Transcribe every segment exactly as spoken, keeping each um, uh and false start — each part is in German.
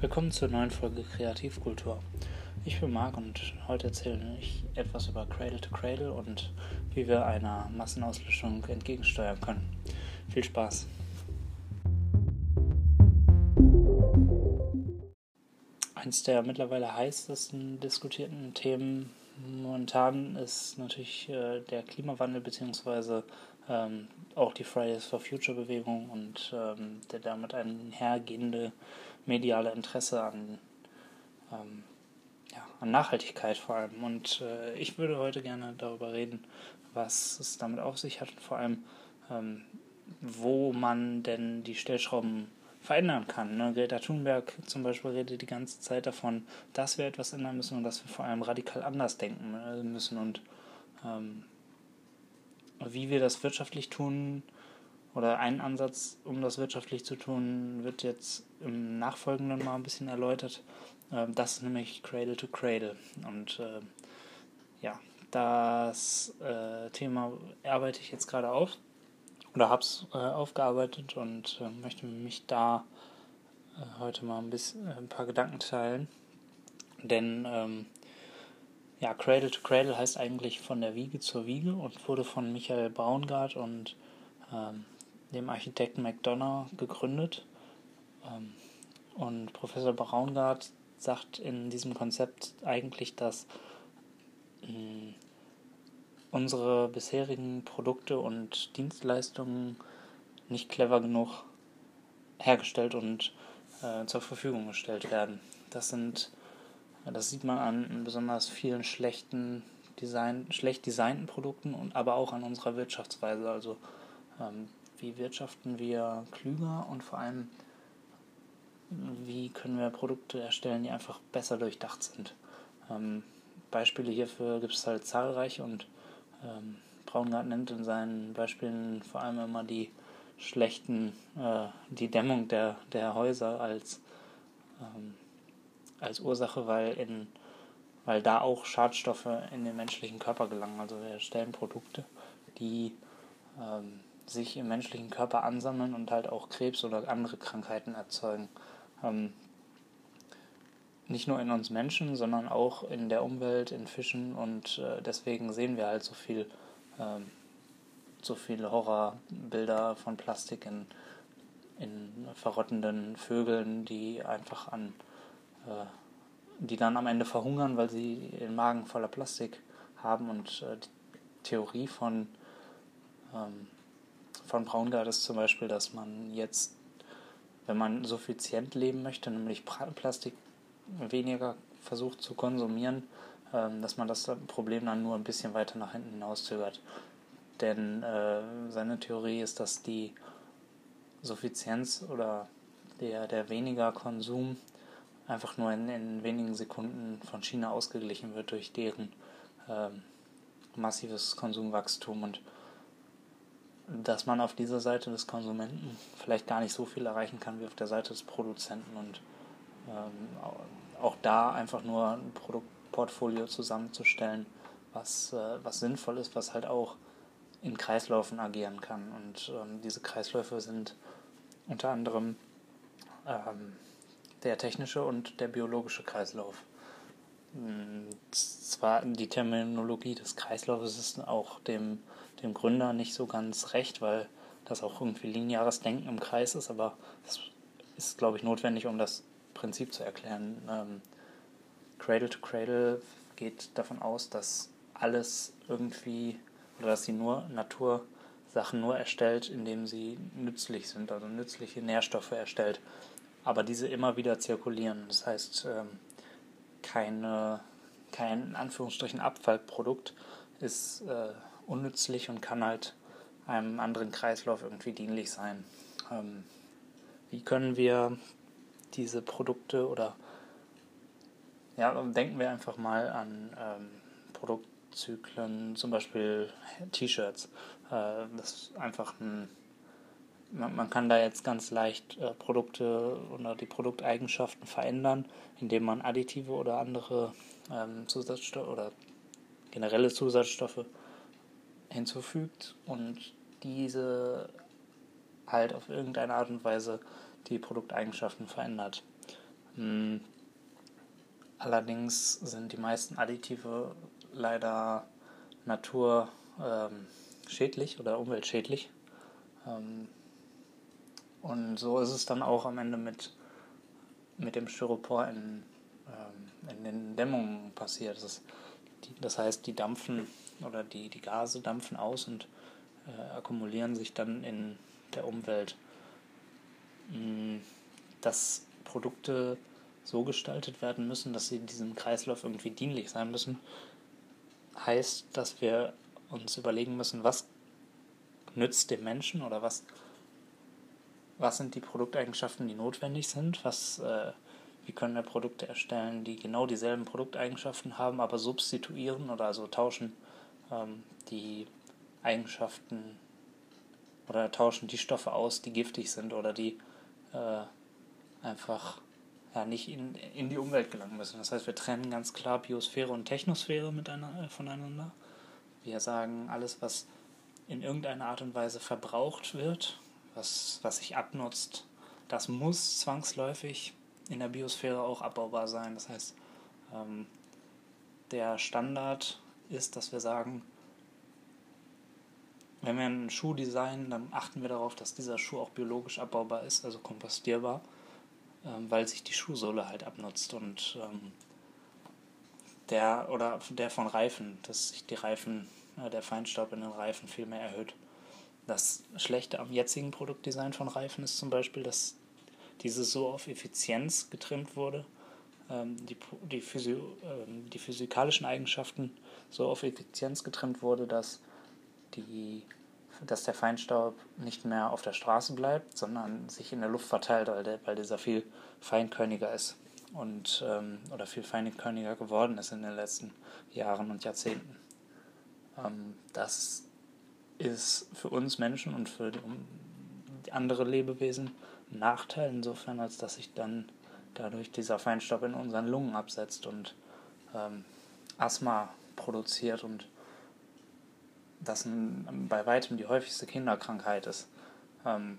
Willkommen zur neuen Folge Kreativkultur. Ich bin Marc und heute erzähle ich etwas über Cradle to Cradle und wie wir einer Massenauslöschung entgegensteuern können. Viel Spaß! Eins der mittlerweile heißesten diskutierten Themen momentan ist natürlich äh, der Klimawandel bzw. Ähm, auch die Fridays for Future Bewegung und ähm, der damit einhergehende mediale Interesse an, ähm, ja, an Nachhaltigkeit vor allem. Und äh, ich würde heute gerne darüber reden, was es damit auf sich hat und vor allem, ähm, wo man denn die Stellschrauben verändern kann. Ne? Greta Thunberg zum Beispiel redet die ganze Zeit davon, dass wir etwas ändern müssen und dass wir vor allem radikal anders denken müssen. Und ähm, wie wir das wirtschaftlich tun, oder ein Ansatz, um das wirtschaftlich zu tun, wird jetzt im Nachfolgenden mal ein bisschen erläutert. Ähm, das ist nämlich Cradle to Cradle. Und äh, ja, das äh, Thema arbeite ich jetzt gerade auf oder habe es äh, aufgearbeitet und äh, möchte mich da äh, heute mal ein bisschen äh, ein paar Gedanken teilen. Denn ähm, ja, Cradle to Cradle heißt eigentlich von der Wiege zur Wiege und wurde von Michael Braungart und ähm, dem Architekten McDonough gegründet. Ähm, und Professor Braungart sagt in diesem Konzept eigentlich, dass mh, unsere bisherigen Produkte und Dienstleistungen nicht clever genug hergestellt und äh, zur Verfügung gestellt werden. Das sind, das sieht man an besonders vielen schlechten Design, schlecht designten Produkten und aber auch an unserer Wirtschaftsweise. Also ähm, wie wirtschaften wir klüger und vor allem wie können wir Produkte erstellen, die einfach besser durchdacht sind. Ähm, Beispiele hierfür gibt es halt zahlreiche und ähm, Braungart nennt in seinen Beispielen vor allem immer die schlechten, äh, die Dämmung der, der Häuser als, ähm, als Ursache, weil, in, weil da auch Schadstoffe in den menschlichen Körper gelangen. Also wir erstellen Produkte, die ähm, sich im menschlichen Körper ansammeln und halt auch Krebs oder andere Krankheiten erzeugen. Ähm, nicht nur in uns Menschen, sondern auch in der Umwelt, in Fischen und äh, deswegen sehen wir halt so viel, ähm, so viele Horrorbilder von Plastik in, in verrottenden Vögeln, die einfach an, äh, die dann am Ende verhungern, weil sie den Magen voller Plastik haben und äh, die Theorie von ähm, von Braungart ist zum Beispiel, dass man jetzt, wenn man suffizient leben möchte, nämlich Plastik weniger versucht zu konsumieren, ähm, dass man das Problem dann nur ein bisschen weiter nach hinten hinauszögert. Denn äh, seine Theorie ist, dass die Suffizienz oder der, der weniger Konsum einfach nur in, in wenigen Sekunden von China ausgeglichen wird durch deren ähm, massives Konsumwachstum und dass man auf dieser Seite des Konsumenten vielleicht gar nicht so viel erreichen kann wie auf der Seite des Produzenten und ähm, auch da einfach nur ein Produktportfolio zusammenzustellen, was, äh, was sinnvoll ist, was halt auch in Kreisläufen agieren kann. Und ähm, diese Kreisläufe sind unter anderem ähm, der technische und der biologische Kreislauf. Zwar die Terminologie des Kreislaufes ist auch dem, dem Gründer nicht so ganz recht, weil das auch irgendwie lineares Denken im Kreis ist, aber das ist, glaube ich, notwendig, um das Prinzip zu erklären. Ähm, Cradle to Cradle geht davon aus, dass alles irgendwie, oder dass die nur Natur Sachen nur erstellt, indem sie nützlich sind, also nützliche Nährstoffe erstellt, aber diese immer wieder zirkulieren. Das heißt, ähm, keine, kein in Anführungsstrichen Abfallprodukt ist äh, unnützlich und kann halt einem anderen Kreislauf irgendwie dienlich sein. Ähm, wie können wir diese Produkte oder ja, denken wir einfach mal an ähm, Produktzyklen, zum Beispiel T-Shirts. Äh, das ist einfach ein Man, man kann da jetzt ganz leicht äh, Produkte oder die Produkteigenschaften verändern, indem man Additive oder andere ähm, Zusatzstoffe oder generelle Zusatzstoffe hinzufügt und diese halt auf irgendeine Art und Weise die Produkteigenschaften verändert. Hm, allerdings sind die meisten Additive leider naturschädlich ähm, oder umweltschädlich. Ähm, und so ist es dann auch am Ende mit, mit dem Styropor in, ähm, in den Dämmungen passiert. Das, ist die, das heißt, die dampfen oder die, die Gase dampfen aus und äh, akkumulieren sich dann in der Umwelt. Dass Produkte so gestaltet werden müssen, dass sie diesem Kreislauf irgendwie dienlich sein müssen, heißt, dass wir uns überlegen müssen, was nützt dem Menschen oder was, was sind die Produkteigenschaften, die notwendig sind, was, äh, wie können wir Produkte erstellen, die genau dieselben Produkteigenschaften haben, aber substituieren oder also tauschen ähm, die Eigenschaften oder tauschen die Stoffe aus, die giftig sind oder die äh, einfach ja, nicht in, in die Umwelt gelangen müssen. Das heißt, wir trennen ganz klar Biosphäre und Technosphäre miteinander, voneinander. Wir sagen, alles, was in irgendeiner Art und Weise verbraucht wird, was, was sich abnutzt, das muss zwangsläufig in der Biosphäre auch abbaubar sein. Das heißt, ähm, der Standard ist, dass wir sagen, wenn wir einen Schuh designen, dann achten wir darauf, dass dieser Schuh auch biologisch abbaubar ist, also kompostierbar, ähm, weil sich die Schuhsohle halt abnutzt und ähm, der oder der von Reifen, dass sich die Reifen, äh, der Feinstaub in den Reifen viel mehr erhöht. Das Schlechte am jetzigen Produktdesign von Reifen ist zum Beispiel, dass dieses so auf Effizienz getrimmt wurde, ähm, die, die, Physi ähm, die physikalischen Eigenschaften so auf Effizienz getrimmt wurde, dass, die, dass der Feinstaub nicht mehr auf der Straße bleibt, sondern sich in der Luft verteilt, weil, der, weil dieser viel feinkörniger ist und ähm, oder viel feinkörniger geworden ist in den letzten Jahren und Jahrzehnten. Ähm, das ist für uns Menschen und für die andere Lebewesen ein Nachteil, insofern, als dass sich dann dadurch dieser Feinstaub in unseren Lungen absetzt und ähm, Asthma produziert und das ein, bei weitem die häufigste Kinderkrankheit ist. Ähm,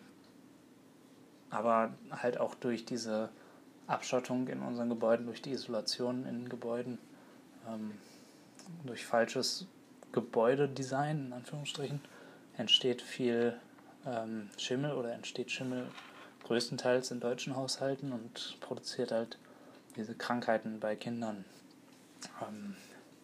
aber halt auch durch diese Abschottung in unseren Gebäuden, durch die Isolation in Gebäuden, ähm, durch falsches Gebäudedesign, in Anführungsstrichen, entsteht viel ähm, Schimmel oder entsteht Schimmel größtenteils in deutschen Haushalten und produziert halt diese Krankheiten bei Kindern. Ähm,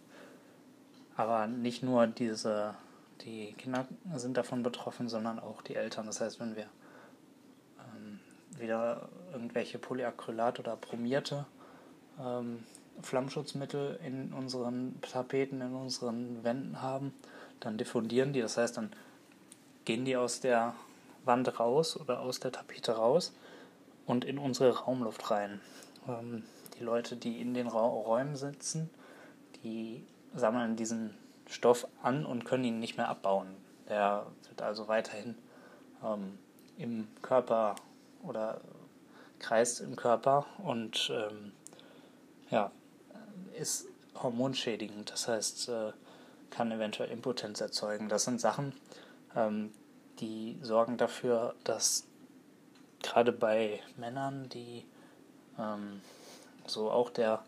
aber nicht nur diese, die Kinder sind davon betroffen, sondern auch die Eltern. Das heißt, wenn wir ähm, wieder irgendwelche Polyacrylat oder bromierte ähm, Flammschutzmittel in unseren Tapeten, in unseren Wänden haben, dann diffundieren die. Das heißt, dann gehen die aus der Wand raus oder aus der Tapete raus und in unsere Raumluft rein. Ähm, die Leute, die in den Ra- Räumen sitzen, die sammeln diesen Stoff an und können ihn nicht mehr abbauen. Der wird also weiterhin ähm, im Körper oder kreist im Körper und ähm, ja, ist hormonschädigend. Das heißt, äh, kann eventuell Impotenz erzeugen. Das sind Sachen, ähm, die sorgen dafür, dass gerade bei Männern, die ähm, so auch der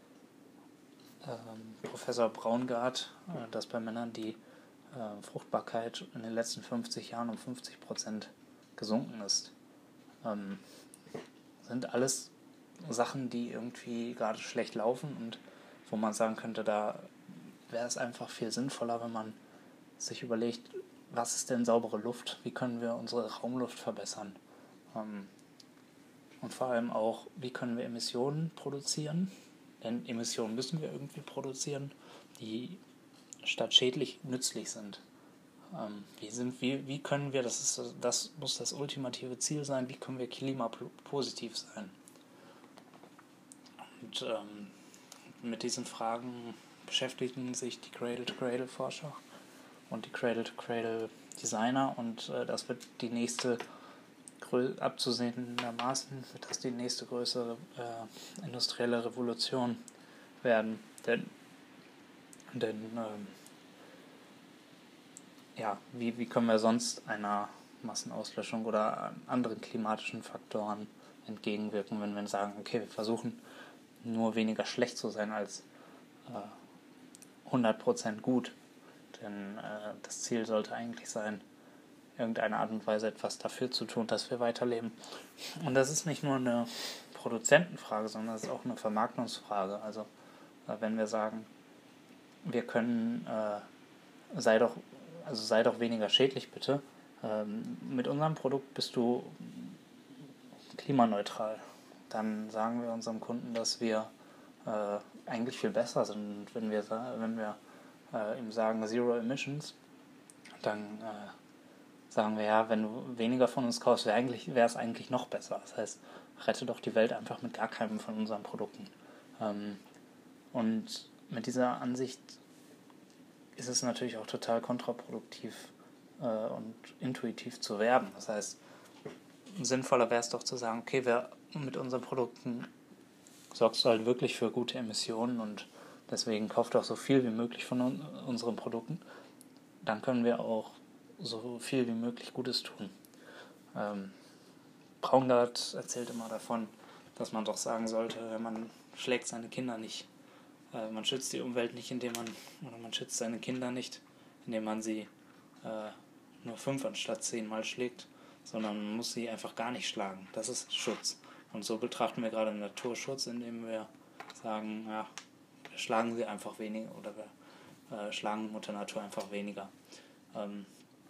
ähm, Professor Braungart, äh, dass bei Männern die äh, Fruchtbarkeit in den letzten fünfzig Jahren um fünfzig Prozent gesunken ist. Ähm, sind alles Sachen, die irgendwie gerade schlecht laufen und wo man sagen könnte, da wäre es einfach viel sinnvoller, wenn man sich überlegt, was ist denn saubere Luft, wie können wir unsere Raumluft verbessern ähm, und vor allem auch, wie können wir Emissionen produzieren, denn Emissionen müssen wir irgendwie produzieren, die statt schädlich nützlich sind. Ähm, wie, sind wie, wie können wir, das, ist, das muss das ultimative Ziel sein, wie können wir klimapositiv sein? Und ähm, mit diesen Fragen beschäftigen sich die Cradle-to-Cradle-Forscher und die Cradle-to-Cradle-Designer und äh, das wird die nächste, abzusehendermaßen wird das die nächste größere äh, industrielle Revolution werden. Denn, denn ähm, ja, wie, wie können wir sonst einer Massenauslöschung oder anderen klimatischen Faktoren entgegenwirken, wenn wir sagen, okay, wir versuchen nur weniger schlecht zu sein als äh, hundert Prozent gut. Denn äh, das Ziel sollte eigentlich sein, irgendeine Art und Weise etwas dafür zu tun, dass wir weiterleben. Und das ist nicht nur eine Produzentenfrage, sondern es ist auch eine Vermarktungsfrage. Also äh, wenn wir sagen, wir können, äh, sei doch, also sei doch weniger schädlich bitte, ähm, mit unserem Produkt bist du klimaneutral, dann sagen wir unserem Kunden, dass wir äh, eigentlich viel besser sind. Wenn wir, wenn wir äh, ihm sagen Zero Emissions, dann äh, sagen wir, ja, wenn du weniger von uns kaufst, wäre eigentlich, wäre es eigentlich noch besser. Das heißt, rette doch die Welt einfach mit gar keinem von unseren Produkten. Ähm, und mit dieser Ansicht ist es natürlich auch total kontraproduktiv äh, und intuitiv zu werben. Das heißt, sinnvoller wäre es doch zu sagen, okay, wir mit unseren Produkten sorgst du halt wirklich für gute Emissionen und deswegen kauft doch so viel wie möglich von un- unseren Produkten. Dann können wir auch so viel wie möglich Gutes tun. Ähm, Braungart erzählt immer davon, dass man doch sagen sollte, man schlägt seine Kinder nicht. Äh, man schützt die Umwelt nicht, indem man, oder man schützt seine Kinder nicht, indem man sie äh, nur fünf anstatt zehn Mal schlägt, sondern man muss sie einfach gar nicht schlagen. Das ist Schutz. Und so betrachten wir gerade Naturschutz, indem wir sagen, ja, wir schlagen sie einfach weniger oder wir äh, schlagen Mutter Natur einfach weniger. Ähm,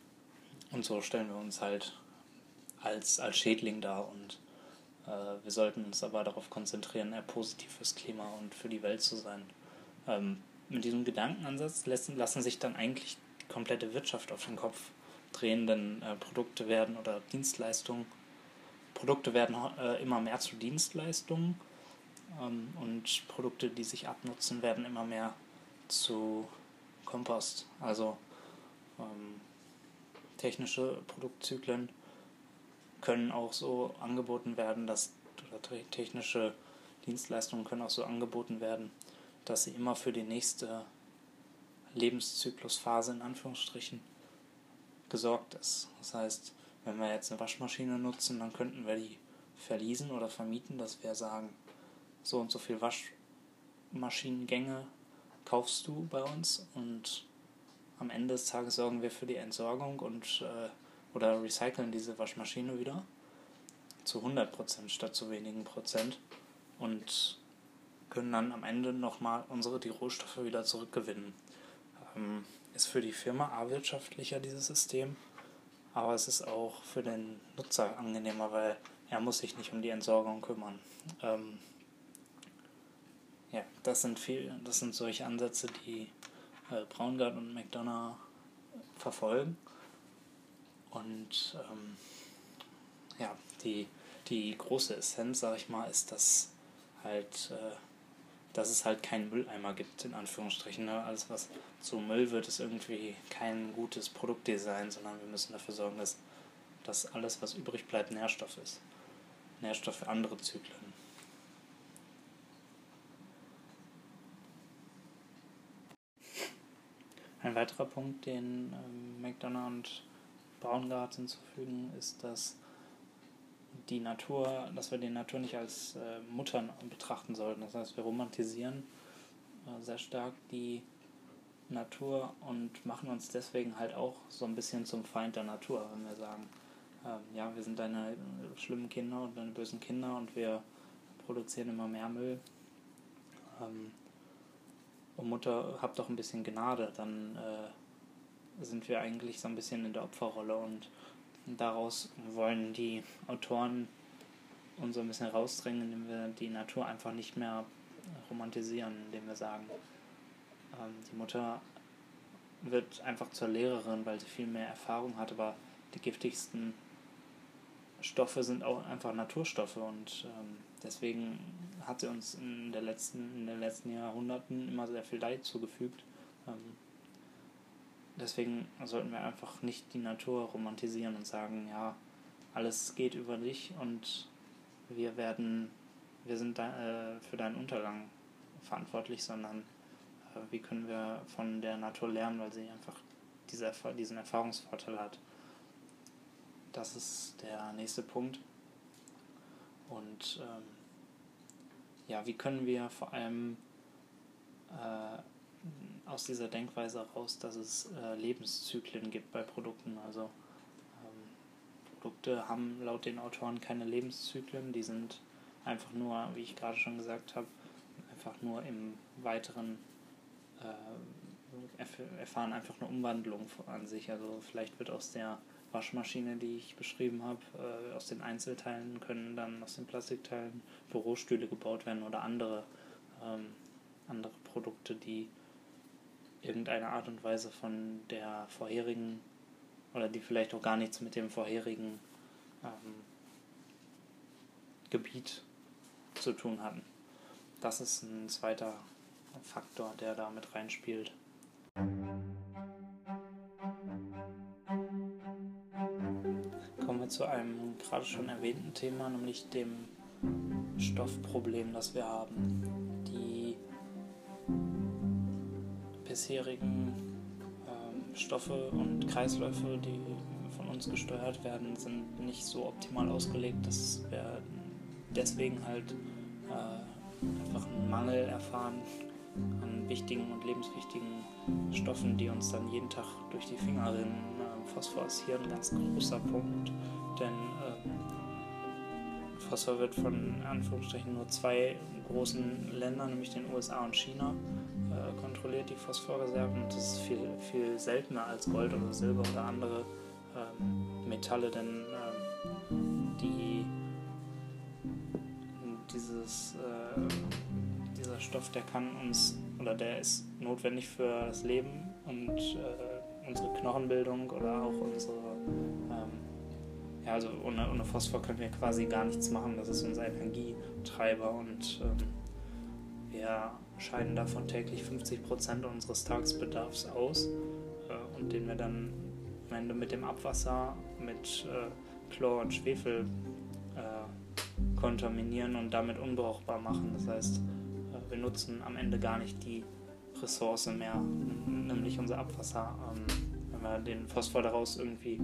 und so stellen wir uns halt als, als Schädling dar und äh, wir sollten uns aber darauf konzentrieren, eher positiv fürs Klima und für die Welt zu sein. Ähm, mit diesem Gedankenansatz lassen, lassen sich dann eigentlich die komplette Wirtschaft auf den Kopf drehen, denn äh, Produkte werden oder Dienstleistungen, Produkte werden äh, immer mehr zu Dienstleistungen ähm, und Produkte, die sich abnutzen, werden immer mehr zu Kompost. Also ähm, technische Produktzyklen können auch so angeboten werden, dass oder technische Dienstleistungen können auch so angeboten werden, dass sie immer für die nächste Lebenszyklusphase in Anführungsstrichen gesorgt ist. Das heißt, wenn wir jetzt eine Waschmaschine nutzen, dann könnten wir die verleasen oder vermieten, dass wir sagen, so und so viel Waschmaschinengänge kaufst du bei uns und am Ende des Tages sorgen wir für die Entsorgung und äh, oder recyceln diese Waschmaschine wieder zu hundert Prozent statt zu wenigen Prozent und können dann am Ende nochmal unsere die Rohstoffe wieder zurückgewinnen. Ähm, ist für die Firma A wirtschaftlicher, dieses System, aber es ist auch für den Nutzer angenehmer, weil er muss sich nicht um die Entsorgung kümmern. Ähm, ja, das sind viel, das sind solche Ansätze, die äh, Braungart und McDonough verfolgen. Und ähm, ja, die, die große Essenz, sag ich mal, ist, dass halt, äh, dass es halt keinen Mülleimer gibt, in Anführungsstrichen. Ne? Alles, was zu Müll wird, ist irgendwie kein gutes Produktdesign, sondern wir müssen dafür sorgen, dass, dass alles, was übrig bleibt, Nährstoff ist. Nährstoff für andere Zyklen. Ein weiterer Punkt, den ähm, McDonough und Braungart hinzufügen, ist, dass die Natur, dass wir die Natur nicht als äh, Mutter betrachten sollten. Das heißt, wir romantisieren äh, sehr stark die Natur und machen uns deswegen halt auch so ein bisschen zum Feind der Natur, wenn wir sagen, ähm, ja, wir sind deine schlimmen Kinder und deine bösen Kinder und wir produzieren immer mehr Müll. Ähm, oh Mutter, hab doch ein bisschen Gnade, dann äh, sind wir eigentlich so ein bisschen in der Opferrolle und daraus wollen die Autoren uns so ein bisschen rausdrängen, indem wir die Natur einfach nicht mehr romantisieren, indem wir sagen, ähm, die Mutter wird einfach zur Lehrerin, weil sie viel mehr Erfahrung hat, aber die giftigsten Stoffe sind auch einfach Naturstoffe und ähm, deswegen hat sie uns in, der letzten, in den letzten Jahrhunderten immer sehr viel Leid zugefügt. Ähm, deswegen sollten wir einfach nicht die Natur romantisieren und sagen, ja, alles geht über dich und wir werden, wir sind da, äh, für deinen Untergang verantwortlich, sondern äh, wie können wir von der Natur lernen, weil sie einfach diese, diesen Erfahrungsvorteil hat. Das ist der nächste Punkt. Und ähm, ja, wie können wir vor allem äh, aus dieser Denkweise heraus, dass es äh, Lebenszyklen gibt bei Produkten. Also ähm, Produkte haben laut den Autoren keine Lebenszyklen, die sind einfach nur, wie ich gerade schon gesagt habe, einfach nur im weiteren äh, erfahren einfach eine Umwandlung an sich. Also vielleicht wird aus der Waschmaschine, die ich beschrieben habe, äh, aus den Einzelteilen können dann aus den Plastikteilen Bürostühle gebaut werden oder andere, ähm, andere Produkte, die irgendeine Art und Weise von der vorherigen oder die vielleicht auch gar nichts mit dem vorherigen ähm, Gebiet zu tun hatten. Das ist ein zweiter Faktor, der da mit reinspielt. Kommen wir zu einem gerade schon erwähnten Thema, nämlich dem Stoffproblem, das wir haben. Die bisherigen ähm, Stoffe und Kreisläufe, die von uns gesteuert werden, sind nicht so optimal ausgelegt, dass wir deswegen halt äh, einfach einen Mangel erfahren an wichtigen und lebenswichtigen Stoffen, die uns dann jeden Tag durch die Finger rinnen. Äh, Phosphor ist hier ein ganz großer Punkt, denn äh, Phosphor wird von in Anführungsstrichen nur zwei großen Ländern, nämlich den U S A und China, äh, kontrolliert, die Phosphorreserven. Und das ist viel, viel seltener als Gold oder Silber oder andere äh, Metalle, denn äh, die dieses äh, dieser Stoff, der kann uns, oder der ist notwendig für das Leben und äh, unsere Knochenbildung oder auch unsere, ähm, ja, also ohne, ohne Phosphor können wir quasi gar nichts machen, das ist unser Energietreiber und ähm, wir scheiden davon täglich fünfzig Prozent unseres Tagesbedarfs aus äh, und den wir dann am Ende mit dem Abwasser, mit äh, Chlor und Schwefel äh, kontaminieren und damit unbrauchbar machen. Das heißt, wir nutzen am Ende gar nicht die Ressource mehr, nämlich unser Abwasser. Wenn wir den Phosphor daraus irgendwie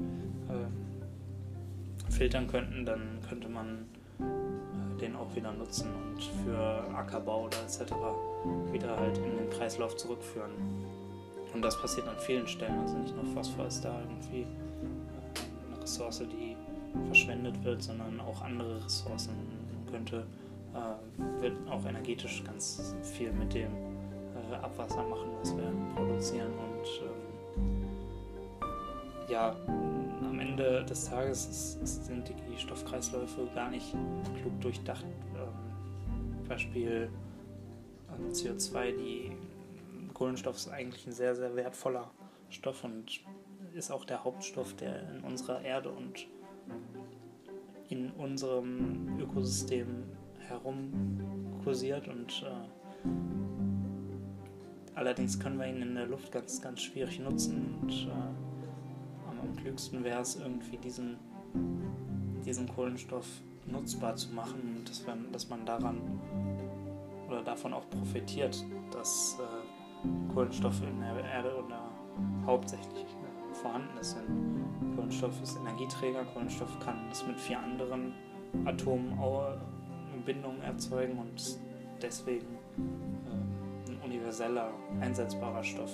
äh, filtern könnten, dann könnte man äh, den auch wieder nutzen und für Ackerbau oder et cetera wieder halt in den Kreislauf zurückführen. Und das passiert an vielen Stellen. Also nicht nur Phosphor ist da irgendwie äh, eine Ressource, die verschwendet wird, sondern auch andere Ressourcen. Man könnte Äh, wird auch energetisch ganz viel mit dem äh, Abwasser machen, was wir produzieren. Und ähm, ja, am Ende des Tages ist, ist, sind die Stoffkreisläufe gar nicht klug durchdacht. Ähm, Beispiel äh, C O zwei, die Kohlenstoff ist eigentlich ein sehr, sehr wertvoller Stoff und ist auch der Hauptstoff, der in unserer Erde und in unserem Ökosystem herumkursiert und äh, allerdings können wir ihn in der Luft ganz, ganz schwierig nutzen und äh, am, am klügsten wäre es irgendwie diesen, diesen Kohlenstoff nutzbar zu machen und dass, wir, dass man daran oder davon auch profitiert, dass äh, Kohlenstoff in der Erde oder hauptsächlich äh, vorhanden ist. Denn Kohlenstoff ist Energieträger, Kohlenstoff kann es mit vier anderen Atomen auch Bindungen erzeugen und deswegen äh, ein universeller, einsetzbarer Stoff.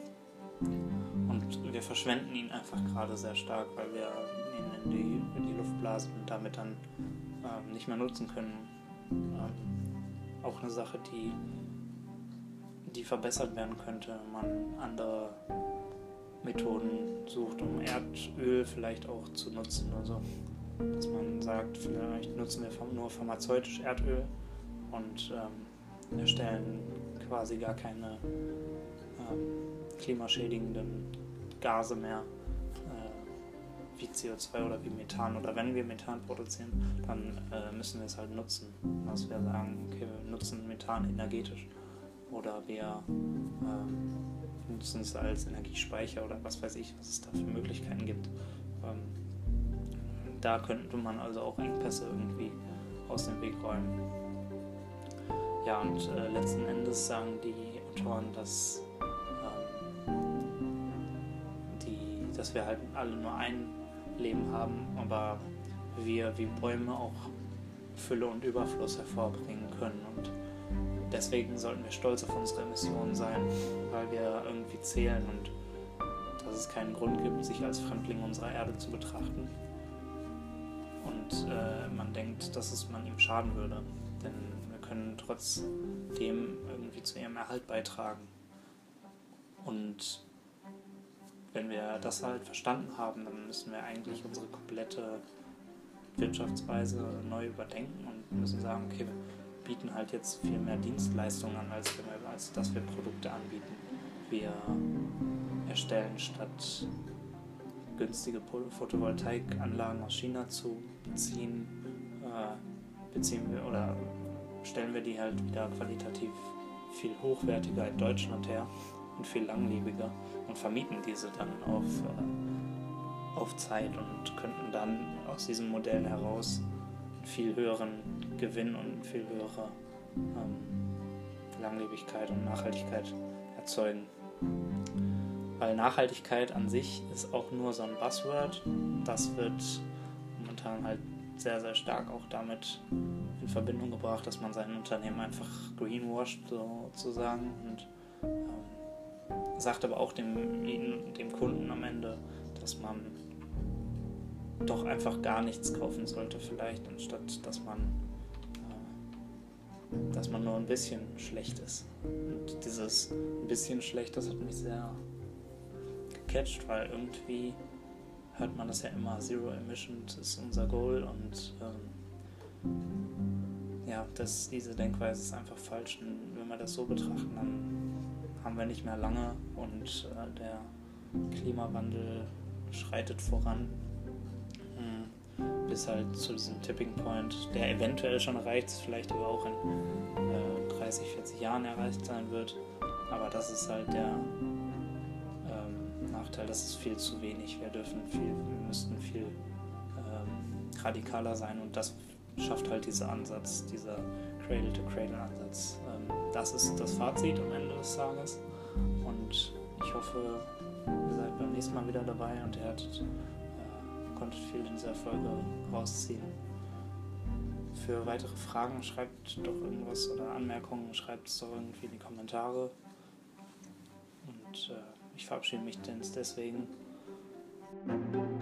Und wir verschwenden ihn einfach gerade sehr stark, weil wir ihn in die, in die Luft blasen und damit dann äh, nicht mehr nutzen können. Ähm, auch eine Sache, die, die verbessert werden könnte, wenn man andere Methoden sucht, um Erdöl vielleicht auch zu nutzen oder so. Dass man sagt, vielleicht nutzen wir nur pharmazeutisch Erdöl und ähm, erstellen quasi gar keine ähm, klimaschädigenden Gase mehr, äh, wie C O zwei oder wie Methan. Oder wenn wir Methan produzieren, dann äh, müssen wir es halt nutzen. Dass wir sagen, okay, wir nutzen Methan energetisch oder wir ähm, nutzen es als Energiespeicher oder was weiß ich, was es da für Möglichkeiten gibt. Ähm, Da könnte man also auch Engpässe irgendwie aus dem Weg räumen. Ja, und äh, letzten Endes sagen die Autoren, dass, ähm, die, dass wir halt alle nur ein Leben haben, aber wir wie Bäume auch Fülle und Überfluss hervorbringen können. Und deswegen sollten wir stolz auf unsere Emissionen sein, weil wir irgendwie zählen und dass es keinen Grund gibt, sich als Fremdling unserer Erde zu betrachten. Und äh, man denkt, dass es man ihm schaden würde. Denn wir können trotzdem irgendwie zu ihrem Erhalt beitragen. Und wenn wir das halt verstanden haben, dann müssen wir eigentlich unsere komplette Wirtschaftsweise neu überdenken und müssen sagen, okay, wir bieten halt jetzt viel mehr Dienstleistungen an, als, wir, als dass wir Produkte anbieten. Wir erstellen statt günstige Photovoltaikanlagen aus China zu beziehen, äh, beziehen wir oder stellen wir die halt wieder qualitativ viel hochwertiger in Deutschland her und viel langlebiger und vermieten diese dann auf, äh, auf Zeit und könnten dann aus diesem Modell heraus einen viel höheren Gewinn und viel höhere ähm, Langlebigkeit und Nachhaltigkeit erzeugen. Weil Nachhaltigkeit an sich ist auch nur so ein Buzzword. Das wird momentan halt sehr, sehr stark auch damit in Verbindung gebracht, dass man sein Unternehmen einfach greenwasht sozusagen und ähm, sagt aber auch dem, dem Kunden am Ende, dass man doch einfach gar nichts kaufen sollte vielleicht, anstatt dass man äh, dass man nur ein bisschen schlecht ist. Und dieses ein bisschen schlecht, das hat mich sehr gecatcht, weil irgendwie hört man das ja immer, Zero Emission ist unser Goal und ähm, ja, das, diese Denkweise ist einfach falsch. Und wenn wir das so betrachten, dann haben wir nicht mehr lange und äh, der Klimawandel schreitet voran bis halt zu diesem Tipping Point, der eventuell schon erreicht ist, vielleicht aber auch in äh, dreißig, vierzig Jahren erreicht sein wird. Aber das ist halt der ähm, Nachteil, das ist viel zu wenig. Wir dürfen viel, wir müssten viel ähm, radikaler sein und das schafft halt dieser Ansatz, dieser Cradle-to-Cradle-Ansatz. Ähm, das ist das Fazit am Ende des Tages und ich hoffe, ihr seid beim nächsten Mal wieder dabei und ihr hattet konntet viel in dieser Folge rausziehen. Für weitere Fragen schreibt doch irgendwas oder Anmerkungen, schreibt es doch irgendwie in die Kommentare. Und äh, ich verabschiede mich deswegen.